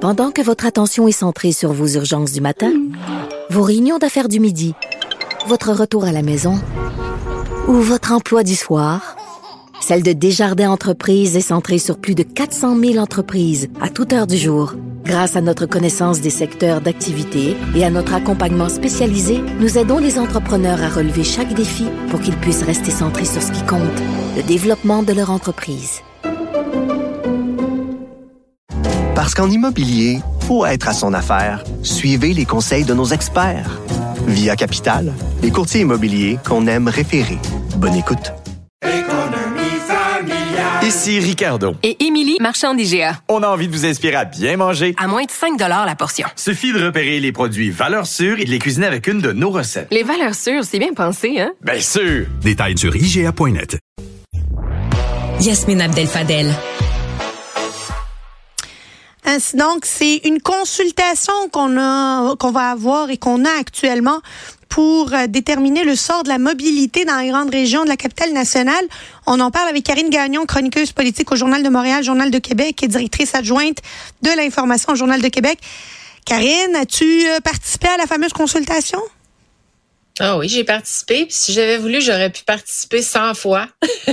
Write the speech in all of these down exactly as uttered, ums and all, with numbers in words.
Pendant que votre attention est centrée sur vos urgences du matin, vos réunions d'affaires du midi, votre retour à la maison ou votre emploi du soir, celle de Desjardins Entreprises est centrée sur plus de quatre cent mille entreprises à toute heure du jour. Grâce à notre connaissance des secteurs d'activité et à notre accompagnement spécialisé, nous aidons les entrepreneurs à relever chaque défi pour qu'ils puissent rester centrés sur ce qui compte, le développement de leur entreprise. Parce qu'en immobilier, faut être à son affaire. Suivez les conseils de nos experts. Via Capital, les courtiers immobiliers qu'on aime référer. Bonne écoute. Ici Ricardo. Et Émilie, marchand d'I G A. On a envie de vous inspirer à bien manger. À moins de cinq dollars la portion. Suffit de repérer les produits valeurs sûres et de les cuisiner avec une de nos recettes. Les valeurs sûres, c'est bien pensé, hein? Bien sûr! Détails sur I G A point net. Yasmine Abdel-Fadel. Donc, c'est une consultation qu'on a, qu'on va avoir et qu'on a actuellement pour euh, déterminer le sort de la mobilité dans la grande région de la capitale nationale. On en parle avec Karine Gagnon, chroniqueuse politique au Journal de Montréal, Journal de Québec et directrice adjointe de l'information au Journal de Québec. Karine, as-tu euh, participé à la fameuse consultation? Ah oui, j'ai participé. Puis si j'avais voulu, j'aurais pu participer cent fois.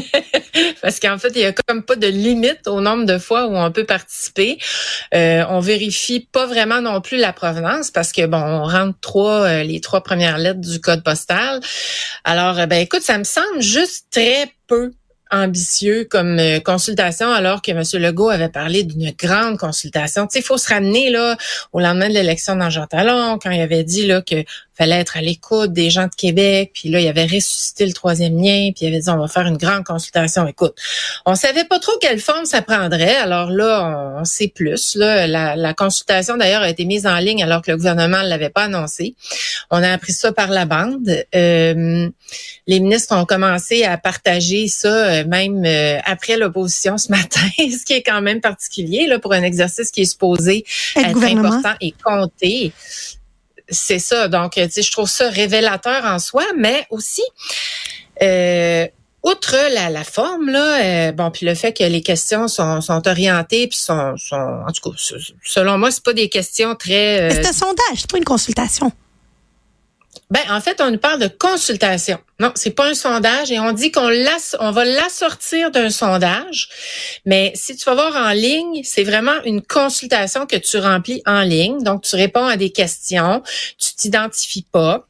Parce qu'en fait, il y a comme pas de limite au nombre de fois où on peut participer. Euh, on vérifie pas vraiment non plus la provenance parce que bon, on rentre trois euh, les trois premières lettres du code postal. Alors, euh, ben écoute, ça me semble juste très peu ambitieux comme euh, consultation, alors que M. Legault avait parlé d'une grande consultation. Tu sais, il faut se ramener là au lendemain de l'élection dans Jean Talon, quand il avait dit là que fallait être à l'écoute des gens de Québec, puis là, il avait ressuscité le troisième lien, puis il avait dit, on va faire une grande consultation. Écoute, on savait pas trop quelle forme ça prendrait, alors là, on sait plus. Là, la, la consultation, d'ailleurs, a été mise en ligne alors que le gouvernement ne l'avait pas annoncé. On a appris ça par la bande. Euh, les ministres ont commencé à partager ça, même euh, après l'opposition ce matin, ce qui est quand même particulier là pour un exercice qui est supposé être important et compté. C'est ça. Donc, tu sais, je trouve ça révélateur en soi, mais aussi, euh, outre la, la forme, là, euh, bon, puis le fait que les questions sont, sont orientées, puis sont, sont, en tout cas, selon moi, c'est pas des questions très. Euh, c'est un sondage, c'est pas une consultation. Ben, en fait, on nous parle de consultation. Non, c'est pas un sondage et on dit qu'on l'ass- on va l'assortir d'un sondage. Mais si tu vas voir en ligne, c'est vraiment une consultation que tu remplis en ligne. Donc, tu réponds à des questions, tu t'identifies pas.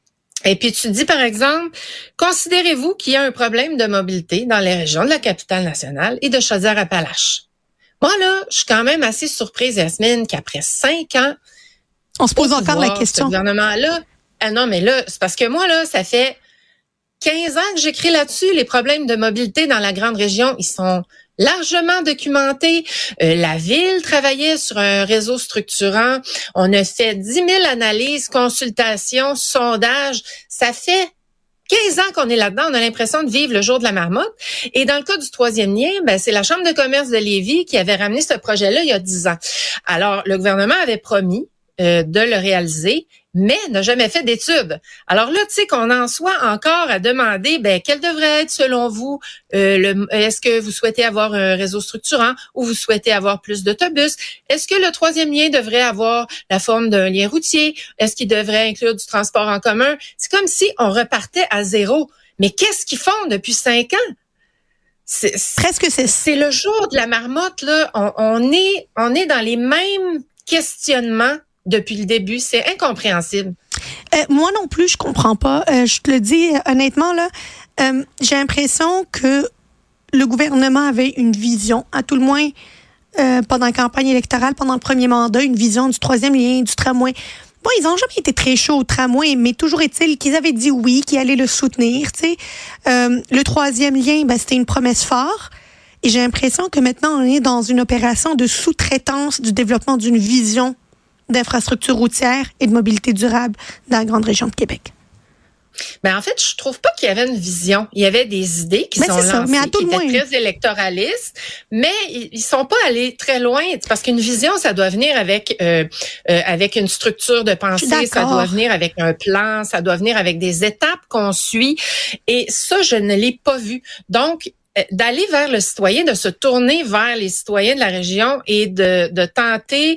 Et puis, tu dis, par exemple, considérez-vous qu'il y a un problème de mobilité dans les régions de la capitale nationale et de Chaudière-Appalaches? Moi, là, je suis quand même assez surprise, Yasmine, qu'après cinq ans, on se pose encore la question. Ce gouvernement-là, ah non, mais là, c'est parce que moi, là, ça fait quinze ans que j'écris là-dessus. Les problèmes de mobilité dans la grande région, ils sont largement documentés. Euh, la ville travaillait sur un réseau structurant. On a fait dix mille analyses, consultations, sondages. Ça fait quinze ans qu'on est là-dedans. On a l'impression de vivre le jour de la marmotte. Et dans le cas du troisième lien, ben, c'est la Chambre de commerce de Lévis qui avait ramené ce projet-là il y a dix ans. Alors, le gouvernement avait promis euh, de le réaliser, mais n'a jamais fait d'études. Alors là, tu sais qu'on en soit encore à demander, ben quel devrait être selon vous, euh, le, est-ce que vous souhaitez avoir un réseau structurant ou vous souhaitez avoir plus d'autobus? Est-ce que le troisième lien devrait avoir la forme d'un lien routier? Est-ce qu'il devrait inclure du transport en commun? C'est comme si on repartait à zéro. Mais qu'est-ce qu'ils font depuis cinq ans? C'est, c'est, Presque c'est c'est le jour de la marmotte, là. On, on est, on est dans les mêmes questionnements depuis le début. C'est incompréhensible. Euh, moi non plus, je comprends pas. Euh, je te le dis honnêtement, là, euh, j'ai l'impression que le gouvernement avait une vision, à tout le moins euh, pendant la campagne électorale, pendant le premier mandat, une vision du troisième lien, du tramway. Bon, ils n'ont jamais été très chauds au tramway, mais toujours est-il qu'ils avaient dit oui, qu'ils allaient le soutenir. Tu sais, euh, le troisième lien, ben, c'était une promesse forte. Et j'ai l'impression que maintenant, on est dans une opération de sous-traitance du développement d'une vision d'infrastructures routières et de mobilité durable dans la grande région de Québec. Ben en fait, je trouve pas qu'il y avait une vision. Il y avait des idées qui ben sont lancées, ça, mais à tout qui le étaient moins. très électoralistes, mais ils, ils sont pas allés très loin parce qu'une vision, ça doit venir avec euh, euh, avec une structure de pensée, ça doit venir avec un plan, ça doit venir avec des étapes qu'on suit. Et ça, je ne l'ai pas vu. Donc d'aller vers le citoyen, de se tourner vers les citoyens de la région et de, de tenter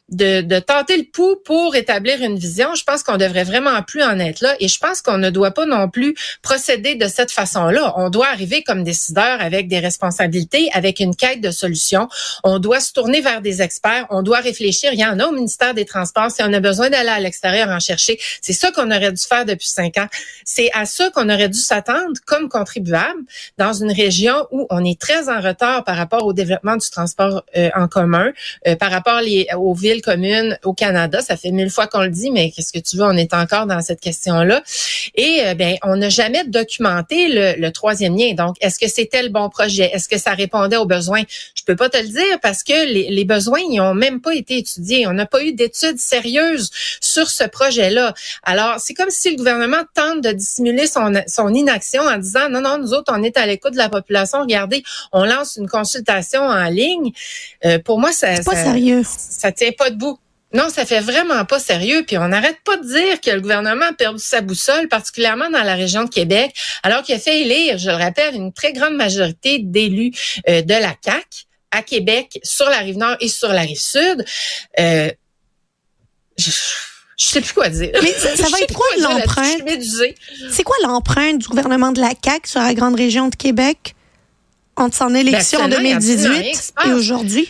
de, de tenter le pouls pour établir une vision. Je pense qu'on devrait vraiment plus en être là et je pense qu'on ne doit pas non plus procéder de cette façon-là. On doit arriver comme décideur avec des responsabilités, avec une quête de solutions. On doit se tourner vers des experts. On doit réfléchir. Il y en a au ministère des Transports. Si on a besoin d'aller à l'extérieur en chercher, c'est ça qu'on aurait dû faire depuis cinq ans. C'est à ça qu'on aurait dû s'attendre comme contribuable dans une région où on est très en retard par rapport au développement du transport euh, en commun, euh, par rapport les, aux villes communes au Canada. Ça fait mille fois qu'on le dit, mais qu'est-ce que tu veux, on est encore dans cette question-là. Et euh, ben, on n'a jamais documenté le, le troisième lien. Donc, est-ce que c'était le bon projet? Est-ce que ça répondait aux besoins? Je peux pas te le dire parce que les, les besoins, ils ont même pas été étudiés. On n'a pas eu d'études sérieuses sur ce projet-là. Alors, c'est comme si le gouvernement tente de dissimuler son, son inaction en disant, non, non, nous autres, on est à l'écoute de la population. Regardez, on lance une consultation en ligne. Euh, pour moi, ça, c'est pas ça, sérieux. Ça tient pas debout. Non, ça fait vraiment pas sérieux. Puis on n'arrête pas de dire que le gouvernement a perdu sa boussole, particulièrement dans la région de Québec, alors qu'il a fait élire, je le rappelle, une très grande majorité d'élus euh, de la C A Q à Québec, sur la Rive-Nord et sur la Rive-Sud. Euh, je, je sais plus quoi dire. Mais ça, ça va être quoi l'empreinte? C'est quoi l'empreinte du gouvernement de la C A Q sur la grande région de Québec entre son élection en deux mille dix-huit et aujourd'hui?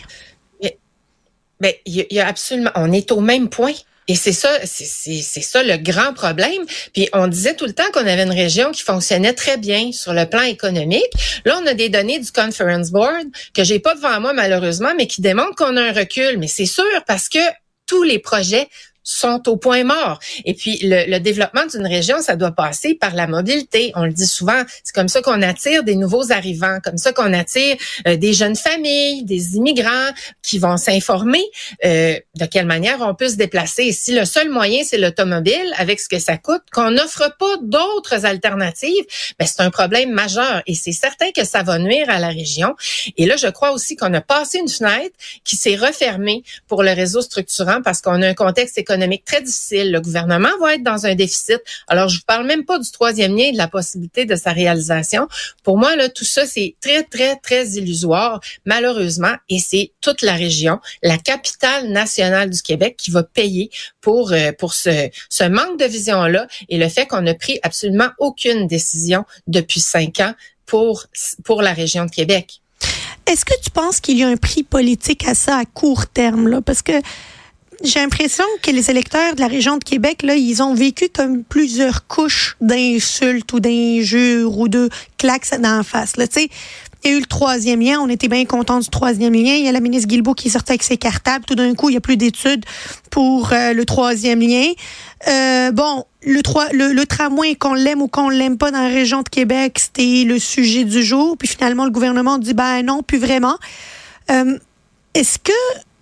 Ben, il y a absolument, on est au même point. Et c'est ça, c'est, c'est, c'est ça le grand problème. Puis on disait tout le temps qu'on avait une région qui fonctionnait très bien sur le plan économique. Là, on a des données du Conference Board que j'ai pas devant moi malheureusement, mais qui démontrent qu'on a un recul. Mais c'est sûr parce que tous les projets sont au point mort. Et puis, le, le développement d'une région, ça doit passer par la mobilité. On le dit souvent, c'est comme ça qu'on attire des nouveaux arrivants, comme ça qu'on attire euh, des jeunes familles, des immigrants qui vont s'informer euh, de quelle manière on peut se déplacer. Et si le seul moyen, c'est l'automobile, avec ce que ça coûte, qu'on n'offre pas d'autres alternatives, ben c'est un problème majeur. Et c'est certain que ça va nuire à la région. Et là, je crois aussi qu'on a passé une fenêtre qui s'est refermée pour le réseau structurant parce qu'on a un contexte économique économique très difficile. Le gouvernement va être dans un déficit. Alors, je vous parle même pas du troisième lien et de la possibilité de sa réalisation. Pour moi, là, tout ça, c'est très, très, très illusoire, malheureusement, et c'est toute la région, la capitale nationale du Québec qui va payer pour, euh, pour ce, ce manque de vision-là et le fait qu'on n'a pris absolument aucune décision depuis cinq ans pour, pour la région de Québec. Est-ce que tu penses qu'il y a un prix politique à ça à court terme, là? Parce que j'ai l'impression que les électeurs de la région de Québec, là, ils ont vécu comme plusieurs couches d'insultes ou d'injures ou de claques dans la face. Là, tu sais, il y a eu le troisième lien, on était bien contents du troisième lien. Il y a la ministre Guilbeault qui est sortie avec ses cartables. Tout d'un coup, il n'y a plus d'études pour euh, le troisième lien. Euh, bon, le, trois, le, le tramway, qu'on l'aime ou qu'on l'aime pas dans la région de Québec, c'était le sujet du jour. Puis finalement, le gouvernement dit, ben non, plus vraiment. Euh, est-ce que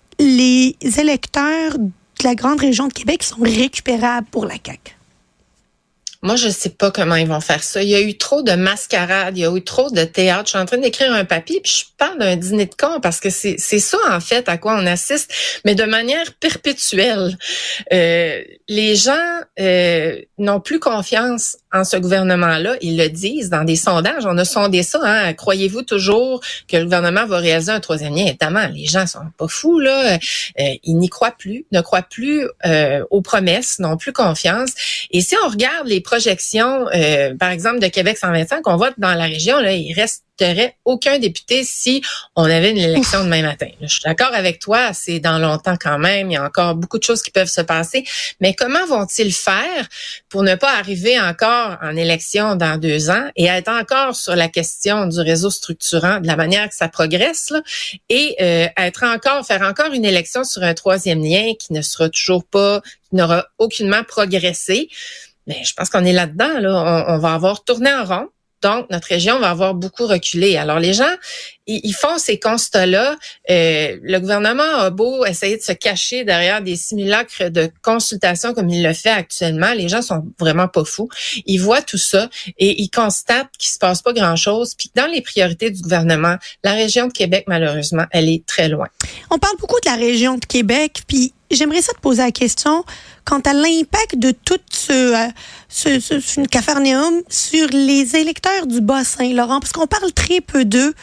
les électeurs de la grande région de Québec sont récupérables pour la C A Q? Moi, je sais pas comment ils vont faire ça. Il y a eu trop de mascarades, il y a eu trop de théâtre. Je suis en train d'écrire un papier, puis je parle d'un dîner de cons parce que c'est c'est ça, en fait, à quoi on assiste, mais de manière perpétuelle. Euh, les gens euh, n'ont plus confiance en ce gouvernement-là. Ils le disent dans des sondages. On a sondé ça. Hein. Croyez-vous toujours que le gouvernement va réaliser un troisième lien? Évidemment, les gens sont pas fous, là. Euh, ils n'y croient plus, ne croient plus euh, aux promesses, n'ont plus confiance. Et si on regarde les projections, euh, par exemple, de Québec cent vingt-cinq, qu'on vote dans la région, là, il resterait aucun député si on avait une élection demain matin. Là, je suis d'accord avec toi, c'est dans longtemps quand même, il y a encore beaucoup de choses qui peuvent se passer, mais comment vont-ils faire pour ne pas arriver encore en élection dans deux ans et être encore sur la question du réseau structurant, de la manière que ça progresse, là, et euh, être encore, faire encore une élection sur un troisième lien qui ne sera toujours pas, qui n'aura aucunement progressé. Mais je pense qu'on est là-dedans, là. On, on va avoir tourné en rond. Donc, notre région va avoir beaucoup reculé. Alors, les gens, ils, ils font ces constats-là. Euh, le gouvernement a beau essayer de se cacher derrière des simulacres de consultation comme il le fait actuellement. Les gens sont vraiment pas fous. Ils voient tout ça et ils constatent qu'il se passe pas grand-chose. Puis, dans les priorités du gouvernement, la région de Québec, malheureusement, elle est très loin. On parle beaucoup de la région de Québec, puis j'aimerais ça te poser la question quant à l'impact de tout ce, euh, ce, ce, ce capharnaüm sur les électeurs du Bas-Saint-Laurent, parce qu'on parle très peu d'eux.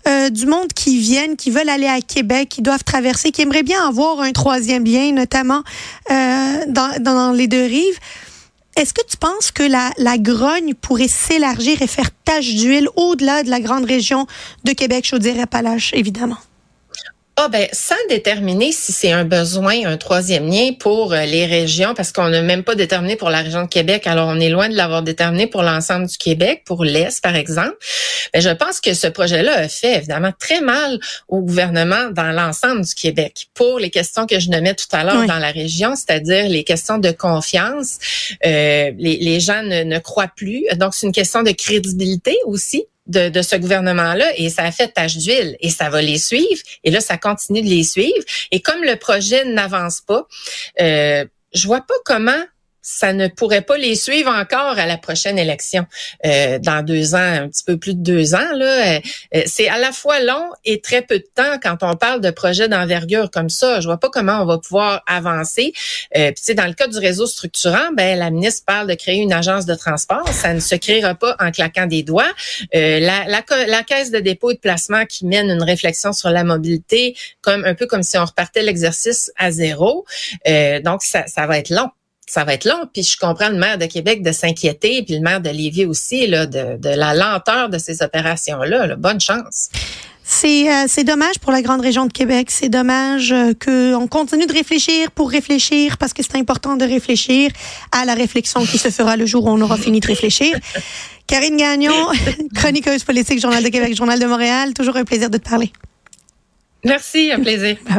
euh, du monde qui viennent, qui veulent aller à Québec, qui doivent traverser, qui aimeraient bien avoir un troisième lien, notamment euh, dans, dans les deux rives. Est-ce que tu penses que la, la grogne pourrait s'élargir et faire tache d'huile au-delà de la grande région de Québec, Chaudière-Appalaches, évidemment? Ah ben, sans déterminer si c'est un besoin, un troisième lien pour euh, les régions, parce qu'on n'a même pas déterminé pour la région de Québec, alors on est loin de l'avoir déterminé pour l'ensemble du Québec, pour l'Est par exemple. Mais je pense que ce projet-là a fait évidemment très mal au gouvernement dans l'ensemble du Québec pour les questions que je nommais tout à l'heure oui. dans la région, c'est-à-dire les questions de confiance. Euh, les, les gens ne, ne croient plus, donc c'est une question de crédibilité aussi. De, de ce gouvernement-là, et ça a fait tache d'huile, et ça va les suivre, et là, ça continue de les suivre. Et comme le projet n'avance pas, euh, je vois pas comment ça ne pourrait pas les suivre encore à la prochaine élection. Euh, dans deux ans, un petit peu plus de deux ans, là, euh, c'est à la fois long et très peu de temps quand on parle de projets d'envergure comme ça. Je vois pas comment on va pouvoir avancer. Euh, puis, dans le cas du réseau structurant, ben la ministre parle de créer une agence de transport. Ça ne se créera pas en claquant des doigts. Euh, la, la, la caisse de dépôt et de placement qui mène une réflexion sur la mobilité, comme un peu comme si on repartait l'exercice à zéro. Euh, donc, ça, ça va être long. Ça va être long, puis je comprends le maire de Québec de s'inquiéter, puis le maire de Lévis aussi, là, de, de la lenteur de ces opérations-là. Là. Bonne chance. C'est, euh, c'est dommage pour la grande région de Québec. C'est dommage euh, qu'on continue de réfléchir pour réfléchir, parce que c'est important de réfléchir à la réflexion qui se fera le jour où on aura fini de réfléchir. Karine Gagnon, chroniqueuse politique, Journal de Québec, Journal de Montréal. Toujours un plaisir de te parler. Merci, un plaisir. Bye.